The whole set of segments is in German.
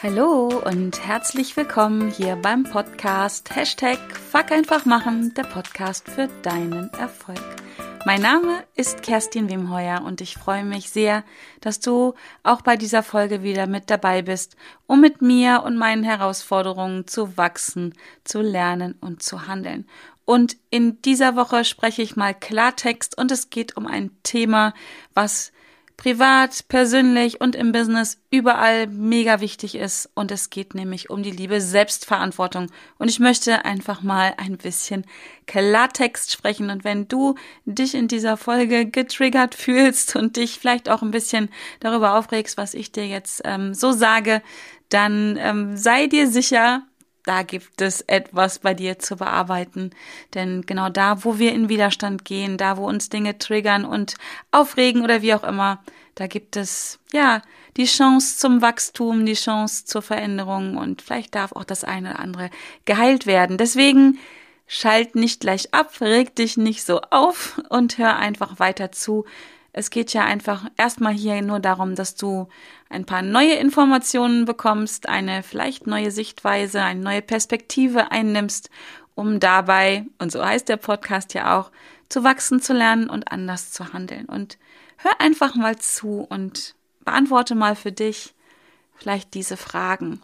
Hallo und herzlich willkommen hier beim Podcast #Fuck einfach machen, der Podcast für deinen Erfolg. Mein Name ist Kerstin Wemheuer und ich freue mich sehr, dass du auch bei dieser Folge wieder mit dabei bist, um mit mir und meinen Herausforderungen zu wachsen, zu lernen und zu handeln. Und in dieser Woche spreche ich mal Klartext und es geht um ein Thema, was privat, persönlich und im Business überall mega wichtig ist. Und es geht nämlich um die liebe Selbstverantwortung. Und ich möchte einfach mal ein bisschen Klartext sprechen. Und wenn du dich in dieser Folge getriggert fühlst und dich vielleicht auch ein bisschen darüber aufregst, was ich dir jetzt so sage, dann sei dir sicher, da gibt es etwas bei dir zu bearbeiten. Denn genau da, wo wir in Widerstand gehen, da, wo uns Dinge triggern und aufregen oder wie auch immer, da gibt es, die Chance zum Wachstum, die Chance zur Veränderung und vielleicht darf auch das eine oder andere geheilt werden. Deswegen schalt nicht gleich ab, reg dich nicht so auf und hör einfach weiter zu. Es geht ja einfach erstmal hier nur darum, dass du ein paar neue Informationen bekommst, eine vielleicht neue Sichtweise, eine neue Perspektive einnimmst, um dabei, und so heißt der Podcast ja auch, zu wachsen, zu lernen und anders zu handeln. Und hör einfach mal zu und beantworte mal für dich vielleicht diese Fragen.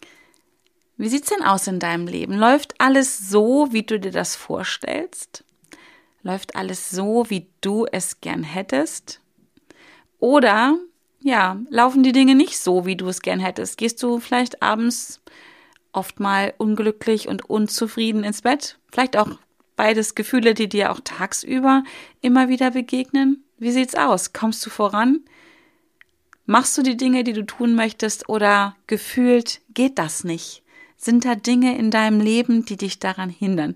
Wie sieht's denn aus in deinem Leben? Läuft alles so, wie du dir das vorstellst? Läuft alles so, wie du es gern hättest? Oder, laufen die Dinge nicht so, wie du es gern hättest? Gehst du vielleicht abends oft mal unglücklich und unzufrieden ins Bett? Vielleicht auch beides Gefühle, die dir auch tagsüber immer wieder begegnen? Wie sieht's aus? Kommst du voran? Machst du die Dinge, die du tun möchtest? Oder gefühlt geht das nicht? Sind da Dinge in deinem Leben, die dich daran hindern?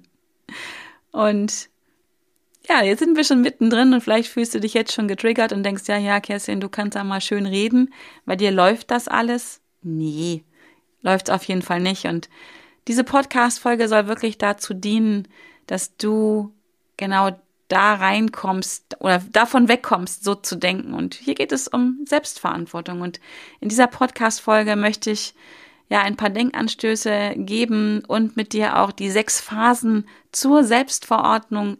Und jetzt sind wir schon mittendrin und vielleicht fühlst du dich jetzt schon getriggert und denkst, ja, Kerstin, du kannst da mal schön reden, bei dir läuft das alles. Nee, läuft's auf jeden Fall nicht. Und diese Podcast-Folge soll wirklich dazu dienen, dass du genau da reinkommst oder davon wegkommst, so zu denken. Und hier geht es um Selbstverantwortung. Und in dieser Podcast-Folge möchte ich ein paar Denkanstöße geben und mit dir auch die 6 Phasen zur Selbstverantwortung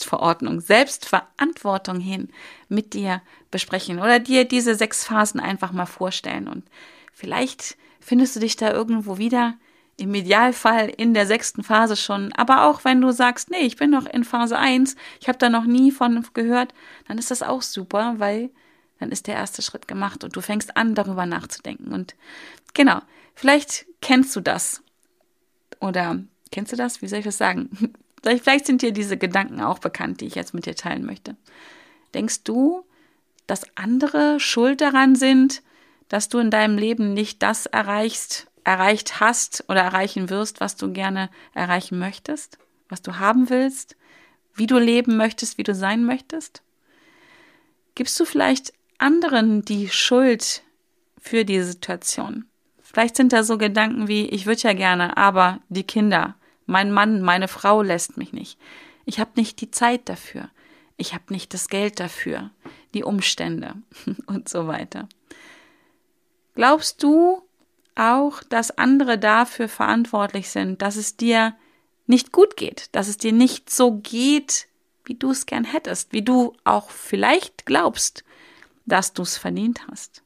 hin mit dir besprechen oder dir diese 6 Phasen einfach mal vorstellen. Und vielleicht findest du dich da irgendwo wieder, im Idealfall in der 6. Phase schon. Aber auch wenn du sagst, nee, ich bin noch in Phase 1, ich habe da noch nie von gehört, dann ist das auch super, weil dann ist der erste Schritt gemacht und du fängst an, darüber nachzudenken. Und genau, vielleicht kennst du das. Oder kennst du das? Wie soll ich das sagen? Vielleicht sind dir diese Gedanken auch bekannt, die ich jetzt mit dir teilen möchte. Denkst du, dass andere schuld daran sind, dass du in deinem Leben nicht das erreicht hast oder erreichen wirst, was du gerne erreichen möchtest, was du haben willst, wie du leben möchtest, wie du sein möchtest? Gibst du vielleicht anderen die Schuld für die Situation? Vielleicht sind da so Gedanken wie, ich würde ja gerne, aber die Kinder, mein Mann, meine Frau lässt mich nicht. Ich habe nicht die Zeit dafür. Ich habe nicht das Geld dafür, die Umstände und so weiter. Glaubst du auch, dass andere dafür verantwortlich sind, dass es dir nicht gut geht, dass es dir nicht so geht, wie du es gern hättest, wie du auch vielleicht glaubst, dass du es verdient hast?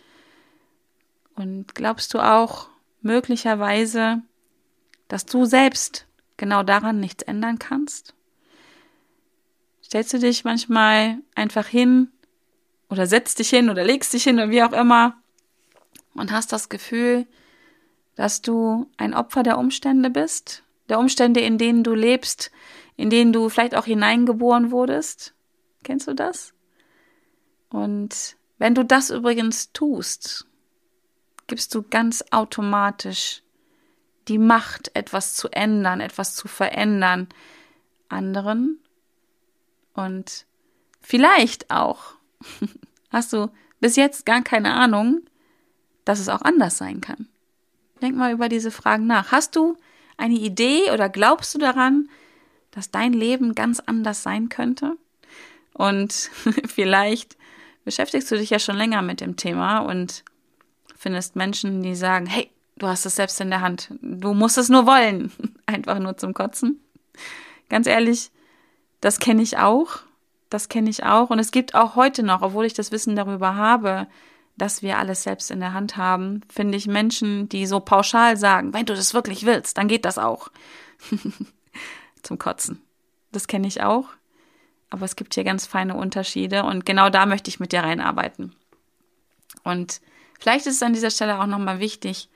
Und glaubst du auch möglicherweise, dass du selbst genau daran nichts ändern kannst? Stellst du dich manchmal einfach hin oder setzt dich hin oder legst dich hin oder wie auch immer und hast das Gefühl, dass du ein Opfer der Umstände bist, der Umstände, in denen du lebst, in denen du vielleicht auch hineingeboren wurdest? Kennst du das? Und wenn du das übrigens tust, gibst du ganz automatisch die Macht, etwas zu ändern, etwas zu verändern, anderen. Und vielleicht auch hast du bis jetzt gar keine Ahnung, dass es auch anders sein kann. Denk mal über diese Fragen nach. Hast du eine Idee oder glaubst du daran, dass dein Leben ganz anders sein könnte? Und vielleicht beschäftigst du dich ja schon länger mit dem Thema und findest Menschen, die sagen, hey, du hast es selbst in der Hand. Du musst es nur wollen. Einfach nur zum Kotzen. Ganz ehrlich, das kenne ich auch. Das kenne ich auch. Und es gibt auch heute noch, obwohl ich das Wissen darüber habe, dass wir alles selbst in der Hand haben, finde ich Menschen, die so pauschal sagen, wenn du das wirklich willst, dann geht das auch. Zum Kotzen. Das kenne ich auch. Aber es gibt hier ganz feine Unterschiede und genau da möchte ich mit dir reinarbeiten. Und vielleicht ist es an dieser Stelle auch nochmal wichtig,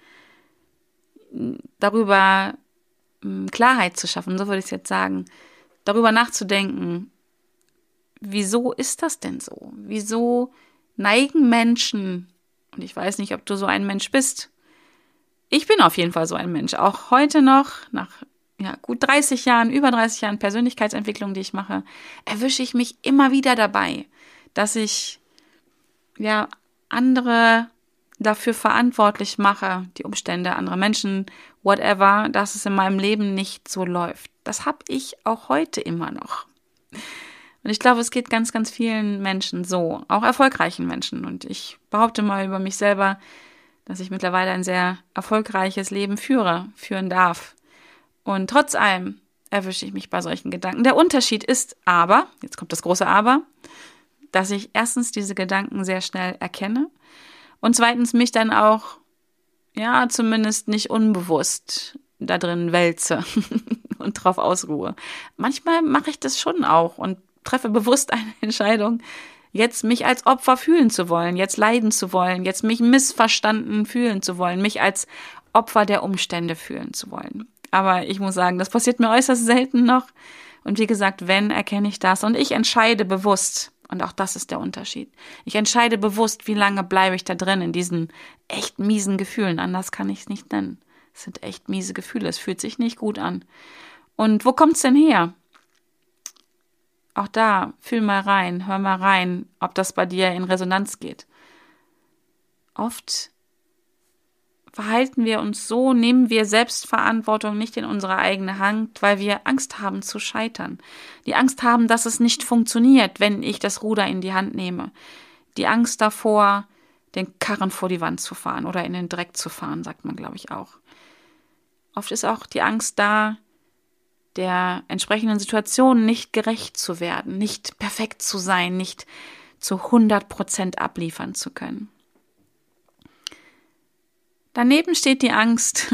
darüber Klarheit zu schaffen, so würde ich es jetzt sagen, darüber nachzudenken, wieso ist das denn so? Wieso neigen Menschen, und ich weiß nicht, ob du so ein Mensch bist, ich bin auf jeden Fall so ein Mensch, auch heute noch, nach gut 30 Jahren, über 30 Jahren Persönlichkeitsentwicklung, die ich mache, erwische ich mich immer wieder dabei, dass ich andere dafür verantwortlich mache, die Umstände, andere Menschen, whatever, dass es in meinem Leben nicht so läuft. Das habe ich auch heute immer noch. Und ich glaube, es geht ganz, ganz vielen Menschen so, auch erfolgreichen Menschen. Und ich behaupte mal über mich selber, dass ich mittlerweile ein sehr erfolgreiches Leben führen darf. Und trotz allem erwische ich mich bei solchen Gedanken. Der Unterschied ist aber, jetzt kommt das große Aber, dass ich erstens diese Gedanken sehr schnell erkenne und zweitens mich dann auch, zumindest nicht unbewusst da drin wälze und drauf ausruhe. Manchmal mache ich das schon auch und treffe bewusst eine Entscheidung, jetzt mich als Opfer fühlen zu wollen, jetzt leiden zu wollen, jetzt mich missverstanden fühlen zu wollen, mich als Opfer der Umstände fühlen zu wollen. Aber ich muss sagen, das passiert mir äußerst selten noch. Und wie gesagt, wenn, erkenne ich das. Und ich entscheide bewusst, und auch das ist der Unterschied, ich entscheide bewusst, wie lange bleibe ich da drin in diesen echt miesen Gefühlen. Anders kann ich es nicht nennen. Es sind echt miese Gefühle, es fühlt sich nicht gut an. Und wo kommt's denn her? Auch da, fühl mal rein, hör mal rein, ob das bei dir in Resonanz geht. Oft verhalten wir uns so, nehmen wir Selbstverantwortung nicht in unsere eigene Hand, weil wir Angst haben zu scheitern. Die Angst haben, dass es nicht funktioniert, wenn ich das Ruder in die Hand nehme. Die Angst davor, den Karren vor die Wand zu fahren oder in den Dreck zu fahren, sagt man, glaube ich, auch. Oft ist auch die Angst da, der entsprechenden Situation nicht gerecht zu werden, nicht perfekt zu sein, nicht zu 100% abliefern zu können. Daneben steht die Angst,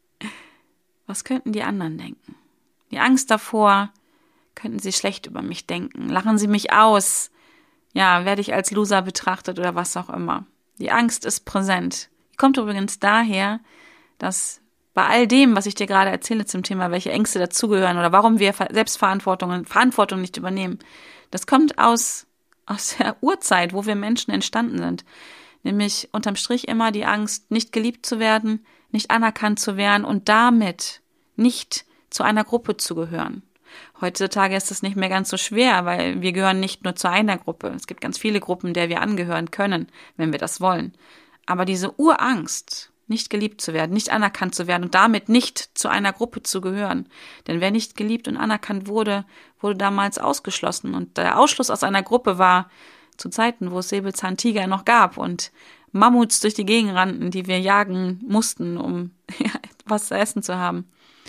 was könnten die anderen denken? Die Angst davor, könnten sie schlecht über mich denken, lachen sie mich aus, werde ich als Loser betrachtet oder was auch immer. Die Angst ist präsent. Die kommt übrigens daher, dass bei all dem, was ich dir gerade erzähle zum Thema, welche Ängste dazugehören oder warum wir Verantwortung nicht übernehmen, das kommt aus der Urzeit, wo wir Menschen entstanden sind. Nämlich unterm Strich immer die Angst, nicht geliebt zu werden, nicht anerkannt zu werden und damit nicht zu einer Gruppe zu gehören. Heutzutage ist es nicht mehr ganz so schwer, weil wir gehören nicht nur zu einer Gruppe. Es gibt ganz viele Gruppen, der wir angehören können, wenn wir das wollen. Aber diese Urangst, nicht geliebt zu werden, nicht anerkannt zu werden und damit nicht zu einer Gruppe zu gehören. Denn wer nicht geliebt und anerkannt wurde, wurde damals ausgeschlossen. Und der Ausschluss aus einer Gruppe war zu Zeiten, wo es Säbelzahntiger noch gab und Mammuts durch die Gegend rannten, die wir jagen mussten, um was zu essen zu haben,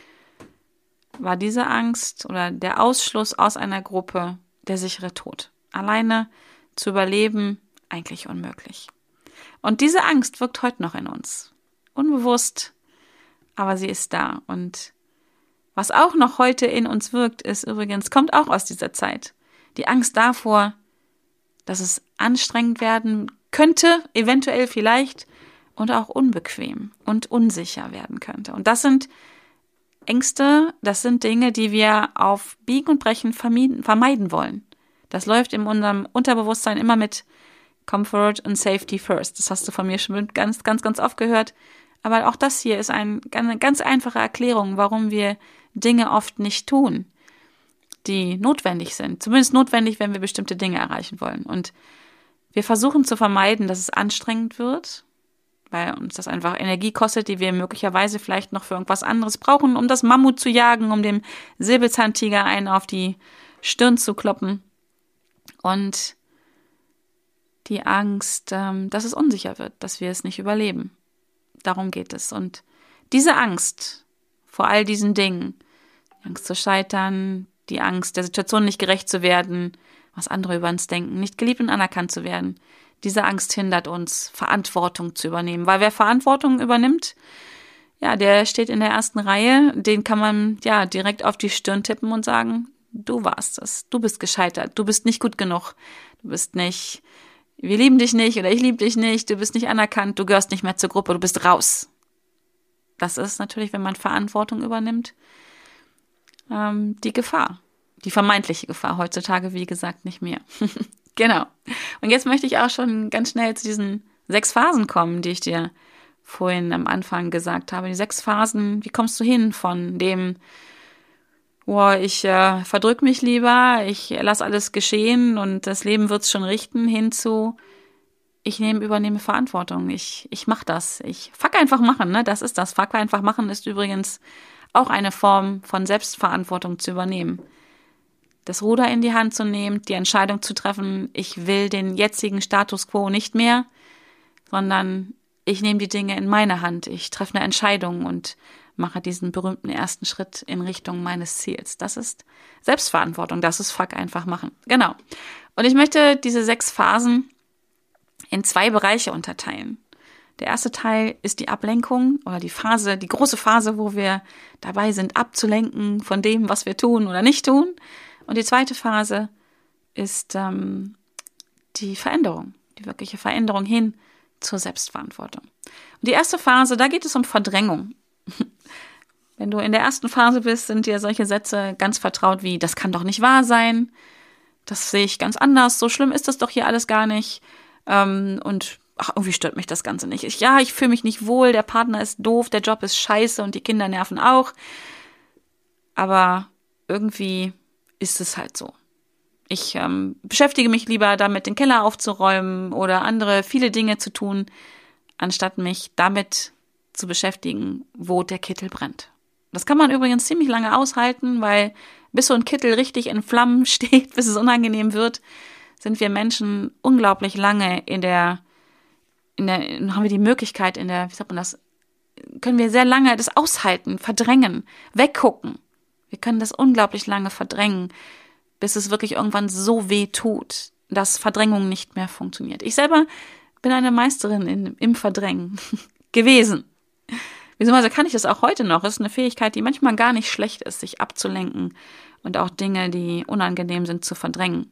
war diese Angst oder der Ausschluss aus einer Gruppe der sichere Tod. Alleine zu überleben, eigentlich unmöglich. Und diese Angst wirkt heute noch in uns. Unbewusst, aber sie ist da. Und was auch noch heute in uns wirkt, ist übrigens, kommt auch aus dieser Zeit. Die Angst davor, dass es anstrengend werden könnte, eventuell vielleicht, und auch unbequem und unsicher werden könnte. Und das sind Ängste, das sind Dinge, die wir auf Biegen und Brechen vermeiden wollen. Das läuft in unserem Unterbewusstsein immer mit Comfort und Safety first. Das hast du von mir schon ganz, ganz, ganz oft gehört. Aber auch das hier ist eine ganz einfache Erklärung, warum wir Dinge oft nicht tun, die notwendig sind. Zumindest notwendig, wenn wir bestimmte Dinge erreichen wollen. Und wir versuchen zu vermeiden, dass es anstrengend wird, weil uns das einfach Energie kostet, die wir möglicherweise vielleicht noch für irgendwas anderes brauchen, um das Mammut zu jagen, um dem Säbelzahntiger einen auf die Stirn zu kloppen. Und die Angst, dass es unsicher wird, dass wir es nicht überleben. Darum geht es. Und diese Angst vor all diesen Dingen, die Angst zu scheitern, die Angst, der Situation nicht gerecht zu werden, was andere über uns denken, nicht geliebt und anerkannt zu werden, diese Angst hindert uns, Verantwortung zu übernehmen. Weil wer Verantwortung übernimmt, ja, der steht in der ersten Reihe, den kann man ja direkt auf die Stirn tippen und sagen, du warst es, du bist gescheitert, du bist nicht gut genug, du bist nicht, wir lieben dich nicht oder ich liebe dich nicht, du bist nicht anerkannt, du gehörst nicht mehr zur Gruppe, du bist raus. Das ist natürlich, wenn man Verantwortung übernimmt, die Gefahr, die vermeintliche Gefahr. Heutzutage, wie gesagt, nicht mehr. Genau. Und jetzt möchte ich auch schon ganz schnell zu diesen 6 Phasen kommen, die ich dir vorhin am Anfang gesagt habe. Die 6 Phasen, wie kommst du hin von dem, ich verdrück mich lieber, ich lasse alles geschehen und das Leben wird's schon richten, hin zu, ich übernehme Verantwortung, ich mach das, ich fuck einfach machen, ne? Das ist das. Fuck einfach machen ist übrigens auch eine Form von Selbstverantwortung zu übernehmen. Das Ruder in die Hand zu nehmen, die Entscheidung zu treffen, ich will den jetzigen Status quo nicht mehr, sondern ich nehme die Dinge in meine Hand, ich treffe eine Entscheidung und mache diesen berühmten ersten Schritt in Richtung meines Ziels. Das ist Selbstverantwortung, das ist Fuck einfach machen. Genau. Und ich möchte diese 6 Phasen in 2 Bereiche unterteilen. Der erste Teil ist die Ablenkung oder die Phase, die große Phase, wo wir dabei sind, abzulenken von dem, was wir tun oder nicht tun. Und die zweite Phase ist die Veränderung, die wirkliche Veränderung hin zur Selbstverantwortung. Und die erste Phase, da geht es um Verdrängung. Wenn du in der ersten Phase bist, sind dir solche Sätze ganz vertraut wie, das kann doch nicht wahr sein, das sehe ich ganz anders, so schlimm ist das doch hier alles gar nicht. Und irgendwie stört mich das Ganze nicht. Ich fühle mich nicht wohl, der Partner ist doof, der Job ist scheiße und die Kinder nerven auch. Aber irgendwie ist es halt so. Ich beschäftige mich lieber damit, den Keller aufzuräumen oder viele Dinge zu tun, anstatt mich damit zu beschäftigen, wo der Kittel brennt. Das kann man übrigens ziemlich lange aushalten, weil bis so ein Kittel richtig in Flammen steht, bis es unangenehm wird, sind wir Menschen unglaublich lange haben wir die Möglichkeit können wir sehr lange das aushalten, verdrängen, weggucken. Wir können das unglaublich lange verdrängen, bis es wirklich irgendwann so weh tut, dass Verdrängung nicht mehr funktioniert. Ich selber bin eine Meisterin im Verdrängen gewesen. Beziehungsweise kann ich das auch heute noch. Es ist eine Fähigkeit, die manchmal gar nicht schlecht ist, sich abzulenken und auch Dinge, die unangenehm sind, zu verdrängen.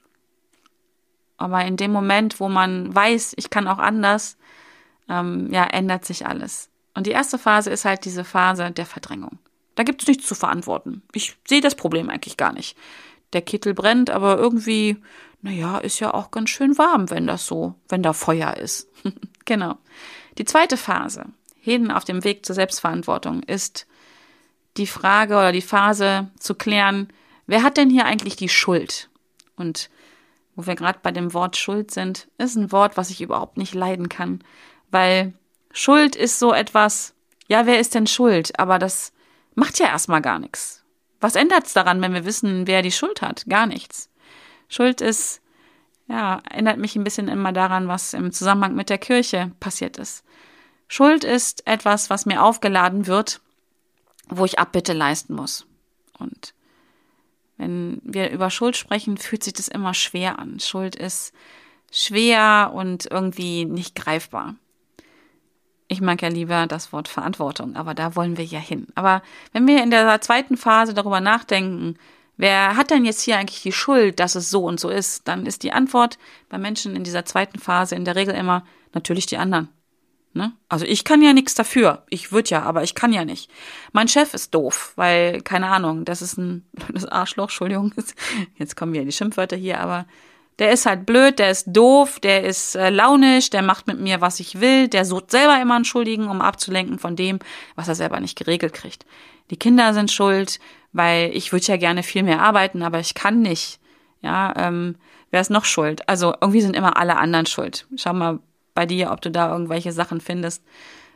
Aber in dem Moment, wo man weiß, ich kann auch anders, ändert sich alles. Und die erste Phase ist halt diese Phase der Verdrängung. Da gibt es nichts zu verantworten. Ich sehe das Problem eigentlich gar nicht. Der Kittel brennt, aber irgendwie, ist ja auch ganz schön warm, wenn da Feuer ist. Genau. Die zweite Phase, hin auf dem Weg zur Selbstverantwortung, ist die Frage oder die Phase zu klären, wer hat denn hier eigentlich die Schuld? Und wo wir gerade bei dem Wort Schuld sind, ist ein Wort, was ich überhaupt nicht leiden kann, weil Schuld ist so etwas, wer ist denn schuld? Aber das macht ja erstmal gar nichts. Was ändert es daran, wenn wir wissen, wer die Schuld hat? Gar nichts. Schuld ist, erinnert mich ein bisschen immer daran, was im Zusammenhang mit der Kirche passiert ist. Schuld ist etwas, was mir aufgeladen wird, wo ich Abbitte leisten muss. Und wenn wir über Schuld sprechen, fühlt sich das immer schwer an. Schuld ist schwer und irgendwie nicht greifbar. Ich mag ja lieber das Wort Verantwortung, aber da wollen wir ja hin. Aber wenn wir in der zweiten Phase darüber nachdenken, wer hat denn jetzt hier eigentlich die Schuld, dass es so und so ist, dann ist die Antwort bei Menschen in dieser zweiten Phase in der Regel immer natürlich die anderen. Ne? Also ich kann ja nichts dafür. Ich würde ja, aber ich kann ja nicht. Mein Chef ist doof, weil, keine Ahnung, das ist ein blödes Arschloch, Entschuldigung, jetzt kommen wieder die Schimpfwörter hier, aber der ist halt blöd, der ist doof, der ist launisch, der macht mit mir, was ich will, der sucht selber immer einen Schuldigen, um abzulenken von dem, was er selber nicht geregelt kriegt. Die Kinder sind schuld, weil ich würde ja gerne viel mehr arbeiten, aber ich kann nicht. Wer ist noch schuld? Also irgendwie sind immer alle anderen schuld. Schau mal bei dir, ob du da irgendwelche Sachen findest,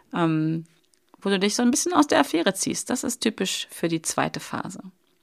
wo du dich so ein bisschen aus der Affäre ziehst. Das ist typisch für die zweite Phase.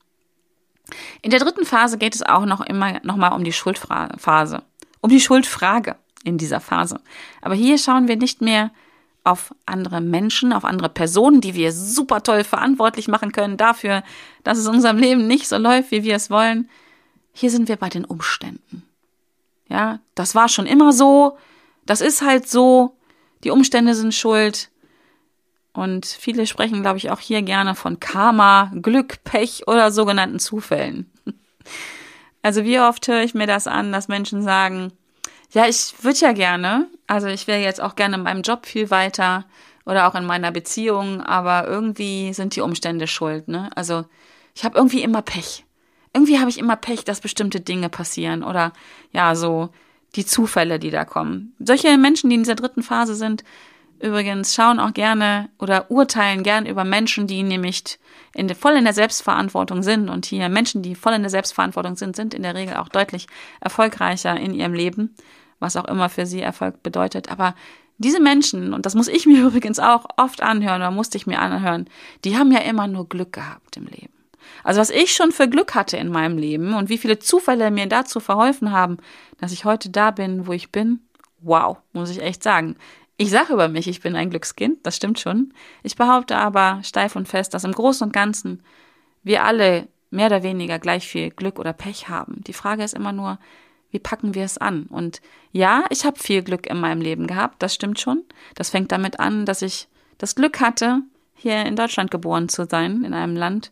In der dritten Phase geht es auch noch mal um die Schuldphase, um die Schuldfrage in dieser Phase. Aber hier schauen wir nicht mehr auf andere Menschen, auf andere Personen, die wir super toll verantwortlich machen können dafür, dass es in unserem Leben nicht so läuft, wie wir es wollen. Hier sind wir bei den Umständen. Ja, das war schon immer so, das ist halt so, die Umstände sind schuld. Und viele sprechen, glaube ich, auch hier gerne von Karma, Glück, Pech oder sogenannten Zufällen. Also wie oft höre ich mir das an, dass Menschen sagen, ja, ich würde ja gerne, also ich wäre jetzt auch gerne in meinem Job viel weiter oder auch in meiner Beziehung, aber irgendwie sind die Umstände schuld, ne? Also ich habe irgendwie immer Pech. Irgendwie habe ich immer Pech, dass bestimmte Dinge passieren oder ja, so die Zufälle, die da kommen. Solche Menschen, die in dieser dritten Phase sind, übrigens schauen auch gerne oder urteilen gern über Menschen, die nämlich voll in der Selbstverantwortung sind. Und hier Menschen, die voll in der Selbstverantwortung sind in der Regel auch deutlich erfolgreicher in ihrem Leben, was auch immer für sie Erfolg bedeutet. Aber diese Menschen, und das muss ich mir übrigens auch oft anhören oder musste ich mir anhören, die haben ja immer nur Glück gehabt im Leben. Also was ich schon für Glück hatte in meinem Leben und wie viele Zufälle mir dazu verholfen haben, dass ich heute da bin, wo ich bin, wow, muss ich echt sagen. Ich sage über mich, ich bin ein Glückskind, das stimmt schon. Ich behaupte aber steif und fest, dass im Großen und Ganzen wir alle mehr oder weniger gleich viel Glück oder Pech haben. Die Frage ist immer nur, wie packen wir es an? Und ja, ich habe viel Glück in meinem Leben gehabt, das stimmt schon. Das fängt damit an, dass ich das Glück hatte, hier in Deutschland geboren zu sein, in einem Land.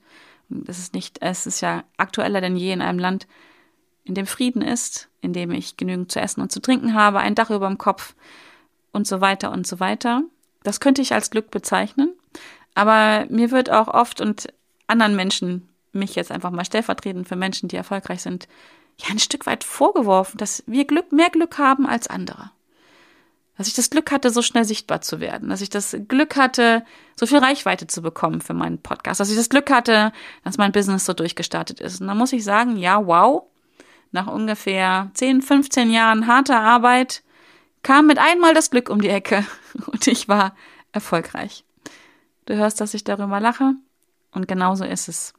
Es ist ja aktueller denn je in einem Land, in dem Frieden ist, in dem ich genügend zu essen und zu trinken habe, ein Dach über dem Kopf und so weiter und so weiter. Das könnte ich als Glück bezeichnen. Aber mir wird auch oft und anderen Menschen, mich jetzt einfach mal stellvertretend für Menschen, die erfolgreich sind, ja ein Stück weit vorgeworfen, dass wir mehr Glück haben als andere. Dass ich das Glück hatte, so schnell sichtbar zu werden. Dass ich das Glück hatte, so viel Reichweite zu bekommen für meinen Podcast. Dass ich das Glück hatte, dass mein Business so durchgestartet ist. Und da muss ich sagen, ja, wow, nach ungefähr 10, 15 Jahren harter Arbeit kam mit einmal das Glück um die Ecke und ich war erfolgreich. Du hörst, dass ich darüber lache und genauso ist es.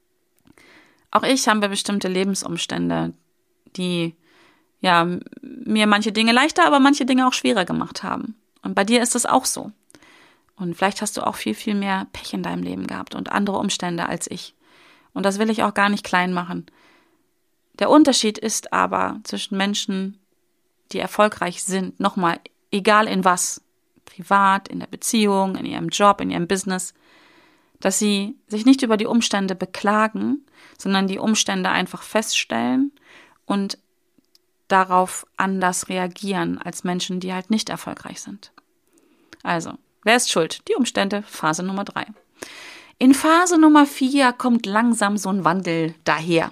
Auch ich habe bestimmte Lebensumstände, die ja mir manche Dinge leichter, aber manche Dinge auch schwerer gemacht haben. Und bei dir ist es auch so. Und vielleicht hast du auch viel, viel mehr Pech in deinem Leben gehabt und andere Umstände als ich. Und das will ich auch gar nicht klein machen. Der Unterschied ist aber zwischen Menschen, die erfolgreich sind, nochmal, egal in was, privat, in der Beziehung, in ihrem Job, in ihrem Business, dass sie sich nicht über die Umstände beklagen, sondern die Umstände einfach feststellen und darauf anders reagieren als Menschen, die halt nicht erfolgreich sind. Also, wer ist schuld? Die Umstände, Phase Nummer 3. In Phase Nummer 4 kommt langsam so ein Wandel daher.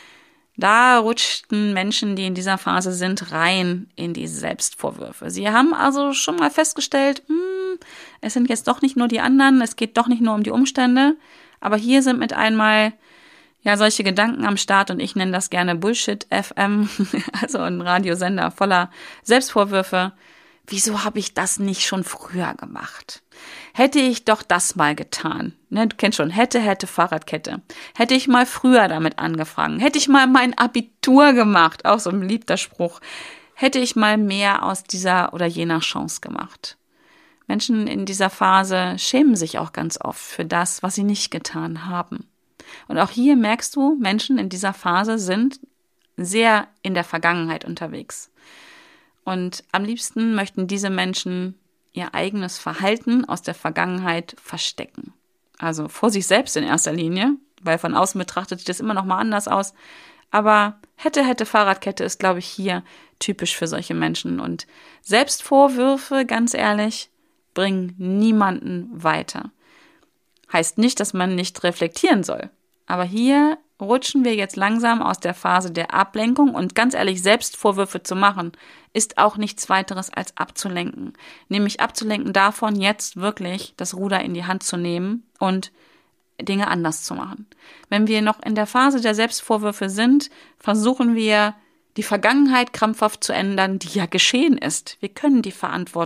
Da rutschten Menschen, die in dieser Phase sind, rein in die Selbstvorwürfe. Sie haben also schon mal festgestellt, es sind jetzt doch nicht nur die anderen, es geht doch nicht nur um die Umstände, aber hier sind mit einmal ja solche Gedanken am Start und ich nenne das gerne Bullshit FM, also ein Radiosender voller Selbstvorwürfe. Wieso habe ich das nicht schon früher gemacht? Hätte ich doch das mal getan. Ne, du kennst schon, hätte, Fahrradkette. Hätte ich mal früher damit angefangen. Hätte ich mal mein Abitur gemacht. Auch so ein beliebter Spruch. Hätte ich mal mehr aus dieser oder jener Chance gemacht. Menschen in dieser Phase schämen sich auch ganz oft für das, was sie nicht getan haben. Und auch hier merkst du, Menschen in dieser Phase sind sehr in der Vergangenheit unterwegs. Und am liebsten möchten diese Menschen ihr eigenes Verhalten aus der Vergangenheit verstecken. Also vor sich selbst in erster Linie, weil von außen betrachtet sieht das immer noch mal anders aus. Aber hätte, Fahrradkette ist, glaube ich, hier typisch für solche Menschen. Und Selbstvorwürfe, ganz ehrlich, bringen niemanden weiter. Heißt nicht, dass man nicht reflektieren soll. Aber hier rutschen wir jetzt langsam aus der Phase der Ablenkung und ganz ehrlich, Selbstvorwürfe zu machen, ist auch nichts weiteres als abzulenken. Nämlich abzulenken davon, jetzt wirklich das Ruder in die Hand zu nehmen und Dinge anders zu machen. Wenn wir noch in der Phase der Selbstvorwürfe sind, versuchen wir, die Vergangenheit krampfhaft zu ändern, die ja geschehen ist. Wir können die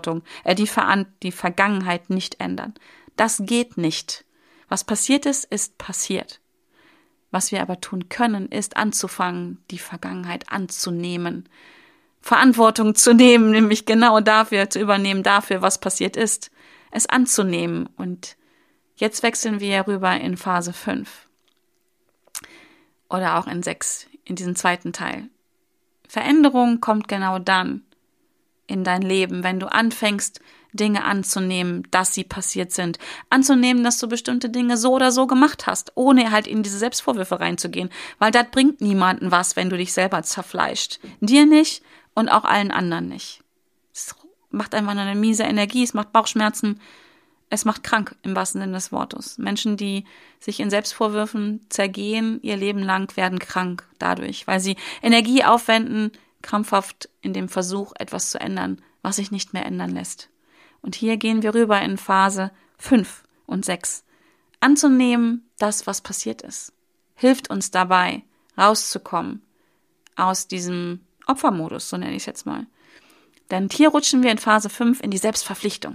Vergangenheit nicht ändern. Das geht nicht. Was passiert ist, ist passiert. Was wir aber tun können, ist anzufangen, die Vergangenheit anzunehmen. Verantwortung zu nehmen, nämlich genau dafür zu übernehmen, dafür, was passiert ist, es anzunehmen. Und jetzt wechseln wir rüber in Phase 5 oder auch in 6, in diesen zweiten Teil. Veränderung kommt genau dann in dein Leben, wenn du anfängst, Dinge anzunehmen, dass sie passiert sind. Anzunehmen, dass du bestimmte Dinge so oder so gemacht hast, ohne halt in diese Selbstvorwürfe reinzugehen. Weil das bringt niemanden was, wenn du dich selber zerfleischt. Dir nicht und auch allen anderen nicht. Es macht einfach eine miese Energie, es macht Bauchschmerzen, es macht krank im wahrsten Sinne des Wortes. Menschen, die sich in Selbstvorwürfen zergehen, ihr Leben lang werden krank dadurch, weil sie Energie aufwenden, krampfhaft in dem Versuch, etwas zu ändern, was sich nicht mehr ändern lässt. Und hier gehen wir rüber in Phase 5 und 6. Anzunehmen, das, was passiert ist, hilft uns dabei, rauszukommen aus diesem Opfermodus, so nenne ich es jetzt mal. Denn hier rutschen wir in Phase 5 in die Selbstverpflichtung.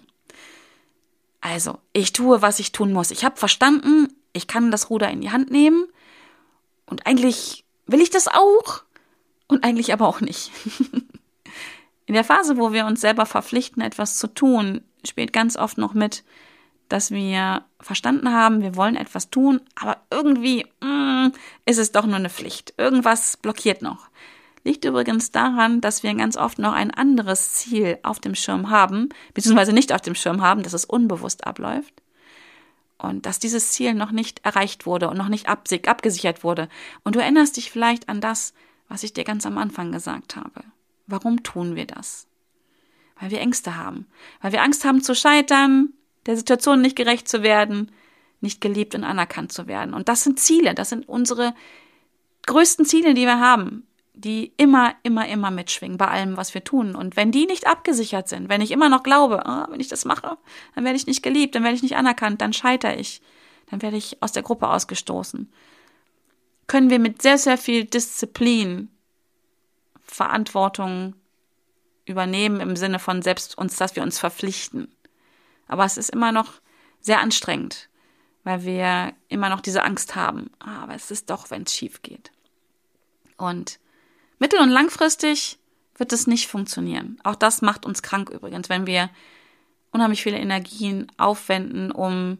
Also, ich tue, was ich tun muss. Ich habe verstanden, ich kann das Ruder in die Hand nehmen und eigentlich will ich das auch und eigentlich aber auch nicht. In der Phase, wo wir uns selber verpflichten, etwas zu tun, spielt ganz oft noch mit, dass wir verstanden haben, wir wollen etwas tun, aber irgendwie ist es doch nur eine Pflicht. Irgendwas blockiert noch. Liegt übrigens daran, dass wir ganz oft noch ein anderes Ziel auf dem Schirm haben, beziehungsweise nicht auf dem Schirm haben, dass es unbewusst abläuft und dass dieses Ziel noch nicht erreicht wurde und noch nicht abgesichert wurde. Und du erinnerst dich vielleicht an das, was ich dir ganz am Anfang gesagt habe. Warum tun wir das? Weil wir Ängste haben. Weil wir Angst haben zu scheitern, der Situation nicht gerecht zu werden, nicht geliebt und anerkannt zu werden. Und das sind Ziele, das sind unsere größten Ziele, die wir haben, die immer mitschwingen bei allem, was wir tun. Und wenn die nicht abgesichert sind, wenn ich immer noch glaube, wenn ich das mache, dann werde ich nicht geliebt, dann werde ich nicht anerkannt, dann scheitere ich, dann werde ich aus der Gruppe ausgestoßen, können wir mit sehr, sehr viel Disziplin Verantwortung übernehmen im Sinne von selbst uns, dass wir uns verpflichten. Aber es ist immer noch sehr anstrengend, weil wir immer noch diese Angst haben. Aber es ist doch, wenn es schief geht. Und mittel- und langfristig wird es nicht funktionieren. Auch das macht uns krank übrigens, wenn wir unheimlich viele Energien aufwenden, um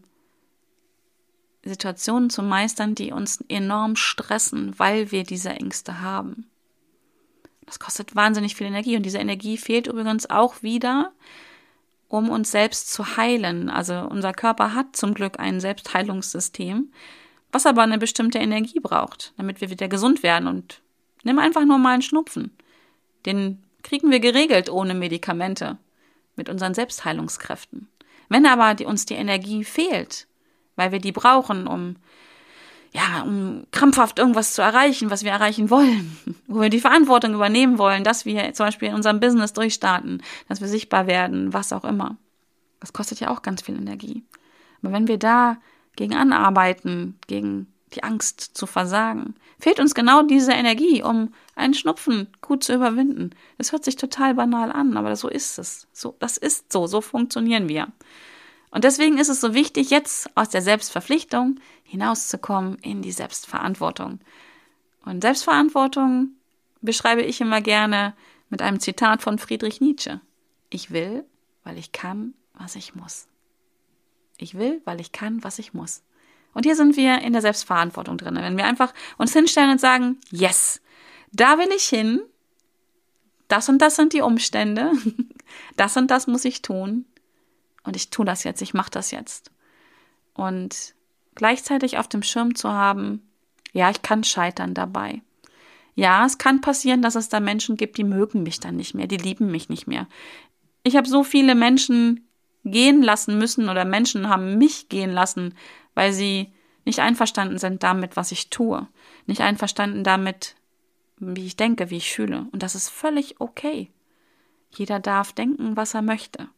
Situationen zu meistern, die uns enorm stressen, weil wir diese Ängste haben. Das kostet wahnsinnig viel Energie und diese Energie fehlt übrigens auch wieder, um uns selbst zu heilen. Also unser Körper hat zum Glück ein Selbstheilungssystem, was aber eine bestimmte Energie braucht, damit wir wieder gesund werden. Und nimm einfach nur mal einen Schnupfen. Den kriegen wir geregelt ohne Medikamente, mit unseren Selbstheilungskräften. Wenn aber uns die Energie fehlt, weil wir die brauchen, um krampfhaft irgendwas zu erreichen, was wir erreichen wollen, wo wir die Verantwortung übernehmen wollen, dass wir zum Beispiel in unserem Business durchstarten, dass wir sichtbar werden, was auch immer. Das kostet ja auch ganz viel Energie. Aber wenn wir da gegen anarbeiten, gegen die Angst zu versagen, fehlt uns genau diese Energie, um einen Schnupfen gut zu überwinden. Das hört sich total banal an, aber so ist es. So funktionieren wir. Und deswegen ist es so wichtig, jetzt aus der Selbstverpflichtung hinauszukommen in die Selbstverantwortung. Und Selbstverantwortung beschreibe ich immer gerne mit einem Zitat von Friedrich Nietzsche. Ich will, weil ich kann, was ich muss. Ich will, weil ich kann, was ich muss. Und hier sind wir in der Selbstverantwortung drin. Wenn wir einfach uns hinstellen und sagen, yes, da will ich hin, das und das sind die Umstände, das und das muss ich tun. Und ich tue das jetzt, ich mache das jetzt. Und gleichzeitig auf dem Schirm zu haben, ja, ich kann scheitern dabei. Ja, es kann passieren, dass es da Menschen gibt, die mögen mich dann nicht mehr, die lieben mich nicht mehr. Ich habe so viele Menschen gehen lassen müssen oder Menschen haben mich gehen lassen, weil sie nicht einverstanden sind damit, was ich tue. Nicht einverstanden damit, wie ich denke, wie ich fühle. Und das ist völlig okay. Jeder darf denken, was er möchte.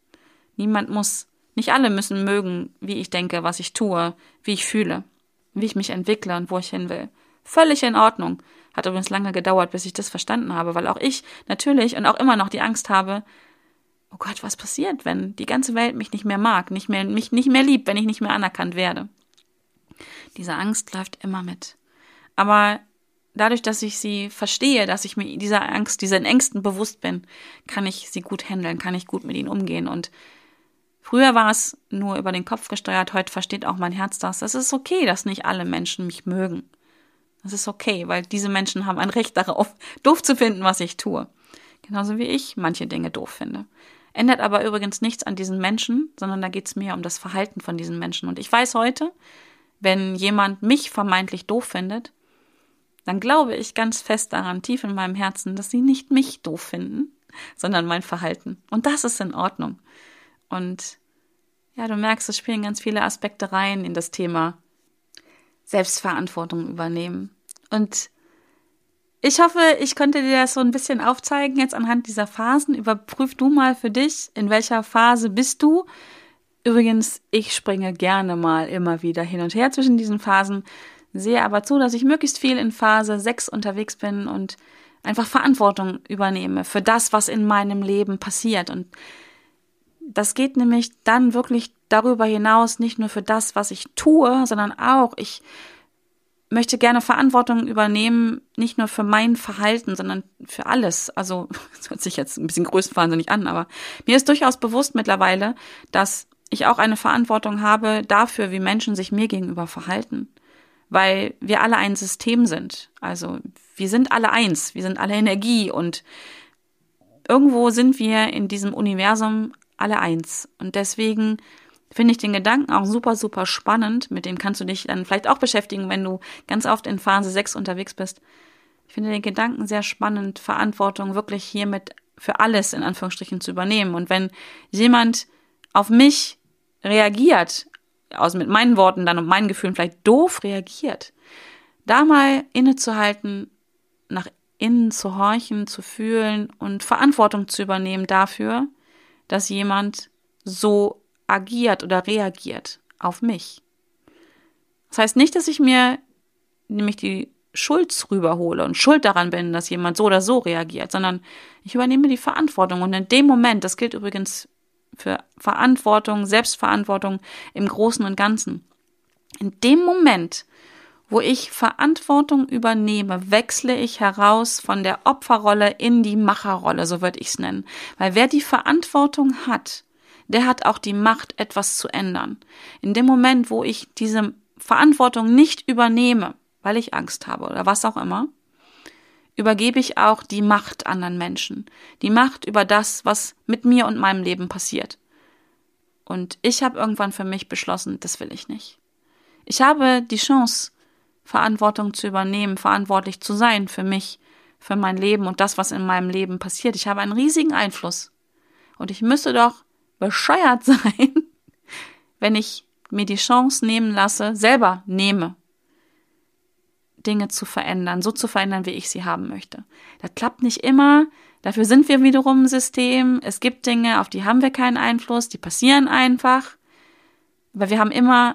Nicht alle müssen mögen, wie ich denke, was ich tue, wie ich fühle, wie ich mich entwickle und wo ich hin will. Völlig in Ordnung. Hat übrigens lange gedauert, bis ich das verstanden habe, weil auch ich natürlich und auch immer noch die Angst habe, oh Gott, was passiert, wenn die ganze Welt mich nicht mehr mag, mich nicht mehr liebt, wenn ich nicht mehr anerkannt werde. Diese Angst läuft immer mit. Aber dadurch, dass ich sie verstehe, dass ich mir diesen Ängsten bewusst bin, kann ich sie gut handeln, kann ich gut mit ihnen umgehen. Und früher war es nur über den Kopf gesteuert, heute versteht auch mein Herz das. Es ist okay, dass nicht alle Menschen mich mögen. Das ist okay, weil diese Menschen haben ein Recht darauf, doof zu finden, was ich tue. Genauso wie ich manche Dinge doof finde. Ändert aber übrigens nichts an diesen Menschen, sondern da geht es mehr um das Verhalten von diesen Menschen. Und ich weiß heute, wenn jemand mich vermeintlich doof findet, dann glaube ich ganz fest daran, tief in meinem Herzen, dass sie nicht mich doof finden, sondern mein Verhalten. Und das ist in Ordnung. Und ja, du merkst, es spielen ganz viele Aspekte rein in das Thema Selbstverantwortung übernehmen. Und ich hoffe, ich konnte dir das so ein bisschen aufzeigen jetzt anhand dieser Phasen. Überprüf du mal für dich, in welcher Phase bist du. Übrigens, ich springe gerne mal immer wieder hin und her zwischen diesen Phasen, sehe aber zu, dass ich möglichst viel in Phase 6 unterwegs bin und einfach Verantwortung übernehme für das, was in meinem Leben passiert. Und das geht nämlich dann wirklich darüber hinaus, nicht nur für das, was ich tue, sondern auch, ich möchte gerne Verantwortung übernehmen, nicht nur für mein Verhalten, sondern für alles. Also, das hört sich jetzt ein bisschen größenwahnsinnig an, aber mir ist durchaus bewusst mittlerweile, dass ich auch eine Verantwortung habe dafür, wie Menschen sich mir gegenüber verhalten. Weil wir alle ein System sind. Also, wir sind alle eins, wir sind alle Energie und irgendwo sind wir in diesem Universum alle eins. Und deswegen finde ich den Gedanken auch super, super spannend. Mit dem kannst du dich dann vielleicht auch beschäftigen, wenn du ganz oft in Phase 6 unterwegs bist. Ich finde den Gedanken sehr spannend, Verantwortung wirklich hiermit für alles in Anführungsstrichen zu übernehmen. Und wenn jemand auf mich reagiert, also mit meinen Worten dann und meinen Gefühlen vielleicht doof reagiert, da mal innezuhalten, nach innen zu horchen, zu fühlen und Verantwortung zu übernehmen dafür, dass jemand so agiert oder reagiert auf mich. Das heißt nicht, dass ich mir nämlich die Schuld rüberhole und schuld daran bin, dass jemand so oder so reagiert, sondern ich übernehme die Verantwortung. Und in dem Moment, das gilt übrigens für Verantwortung, Selbstverantwortung im Großen und Ganzen. In dem Moment, wo ich Verantwortung übernehme, wechsle ich heraus von der Opferrolle in die Macherrolle, so würde ich es nennen. Weil wer die Verantwortung hat, der hat auch die Macht, etwas zu ändern. In dem Moment, wo ich diese Verantwortung nicht übernehme, weil ich Angst habe oder was auch immer, übergebe ich auch die Macht anderen Menschen. Die Macht über das, was mit mir und meinem Leben passiert. Und ich habe irgendwann für mich beschlossen, das will ich nicht. Ich habe die Chance, Verantwortung zu übernehmen, verantwortlich zu sein für mich, für mein Leben und das, was in meinem Leben passiert. Ich habe einen riesigen Einfluss. Und ich müsste doch bescheuert sein, wenn ich mir die Chance nehmen lasse, selber nehme, Dinge zu verändern, so zu verändern, wie ich sie haben möchte. Das klappt nicht immer, dafür sind wir wiederum ein System. Es gibt Dinge, auf die haben wir keinen Einfluss, die passieren einfach. Aber wir haben immer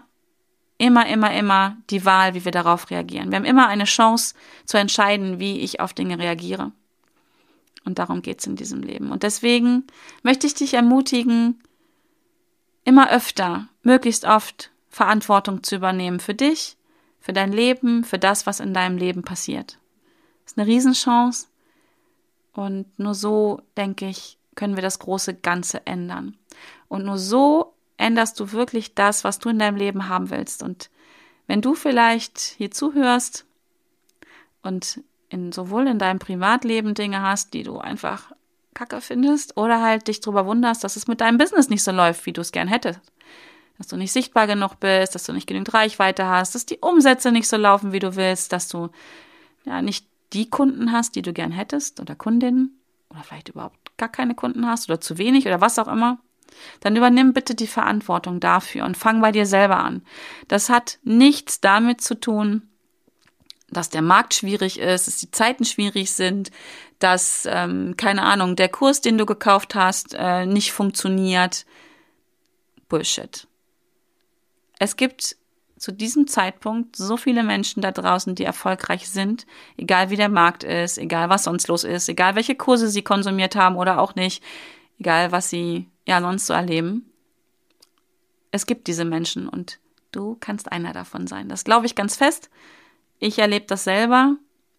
die Wahl, wie wir darauf reagieren. Wir haben immer eine Chance zu entscheiden, wie ich auf Dinge reagiere. Und darum geht's in diesem Leben. Und deswegen möchte ich dich ermutigen, immer öfter, möglichst oft Verantwortung zu übernehmen für dich, für dein Leben, für das, was in deinem Leben passiert. Das ist eine Riesenchance. Und nur so, denke ich, können wir das große Ganze ändern. Und nur so änderst du wirklich das, was du in deinem Leben haben willst. Und wenn du vielleicht hier zuhörst und sowohl in deinem Privatleben Dinge hast, die du einfach kacke findest, oder halt dich darüber wunderst, dass es mit deinem Business nicht so läuft, wie du es gern hättest. Dass du nicht sichtbar genug bist, dass du nicht genügend Reichweite hast, dass die Umsätze nicht so laufen, wie du willst, dass du ja nicht die Kunden hast, die du gern hättest oder Kundinnen oder vielleicht überhaupt gar keine Kunden hast oder zu wenig oder was auch immer. Dann übernimm bitte die Verantwortung dafür und fang bei dir selber an. Das hat nichts damit zu tun, dass der Markt schwierig ist, dass die Zeiten schwierig sind, dass, keine Ahnung, der Kurs, den du gekauft hast, nicht funktioniert. Bullshit. Es gibt zu diesem Zeitpunkt so viele Menschen da draußen, die erfolgreich sind, egal wie der Markt ist, egal was sonst los ist, egal welche Kurse sie konsumiert haben oder auch nicht, egal was sie ja sonst so erleben. Es gibt diese Menschen und du kannst einer davon sein. Das glaube ich ganz fest. Ich erlebe das selber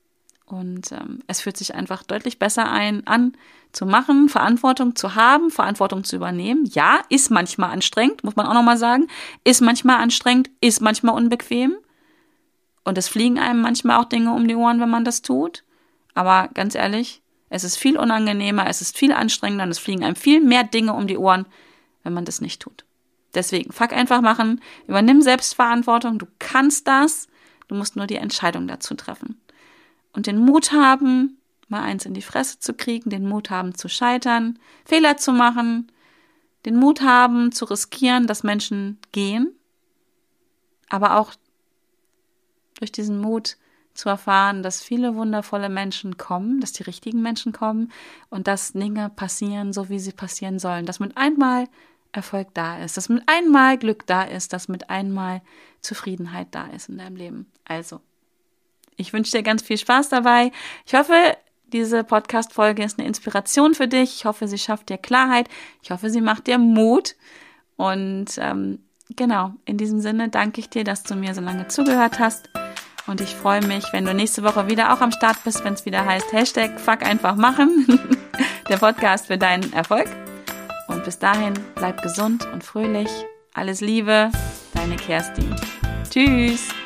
Und es fühlt sich einfach deutlich besser an zu machen, Verantwortung zu haben, Verantwortung zu übernehmen. Ja, ist manchmal anstrengend, muss man auch nochmal sagen. Ist manchmal anstrengend, ist manchmal unbequem. Und es fliegen einem manchmal auch Dinge um die Ohren, wenn man das tut. Aber ganz ehrlich, es ist viel unangenehmer, es ist viel anstrengender und es fliegen einem viel mehr Dinge um die Ohren, wenn man das nicht tut. Deswegen, fuck einfach machen, übernimm Selbstverantwortung, du kannst das, du musst nur die Entscheidung dazu treffen. Und den Mut haben, mal eins in die Fresse zu kriegen, den Mut haben zu scheitern, Fehler zu machen, den Mut haben zu riskieren, dass Menschen gehen, aber auch durch diesen Mut zu erfahren, dass viele wundervolle Menschen kommen, dass die richtigen Menschen kommen und dass Dinge passieren, so wie sie passieren sollen, dass mit einmal Erfolg da ist, dass mit einmal Glück da ist, dass mit einmal Zufriedenheit da ist in deinem Leben. Also, ich wünsche dir ganz viel Spaß dabei. Ich hoffe, diese Podcast-Folge ist eine Inspiration für dich. Ich hoffe, sie schafft dir Klarheit. Ich hoffe, sie macht dir Mut. Und genau, in diesem Sinne danke ich dir, dass du mir so lange zugehört hast. Und ich freue mich, wenn du nächste Woche wieder auch am Start bist, wenn es wieder heißt #fuck einfach machen, der Podcast für deinen Erfolg. Und bis dahin, bleib gesund und fröhlich. Alles Liebe, deine Kerstin. Tschüss.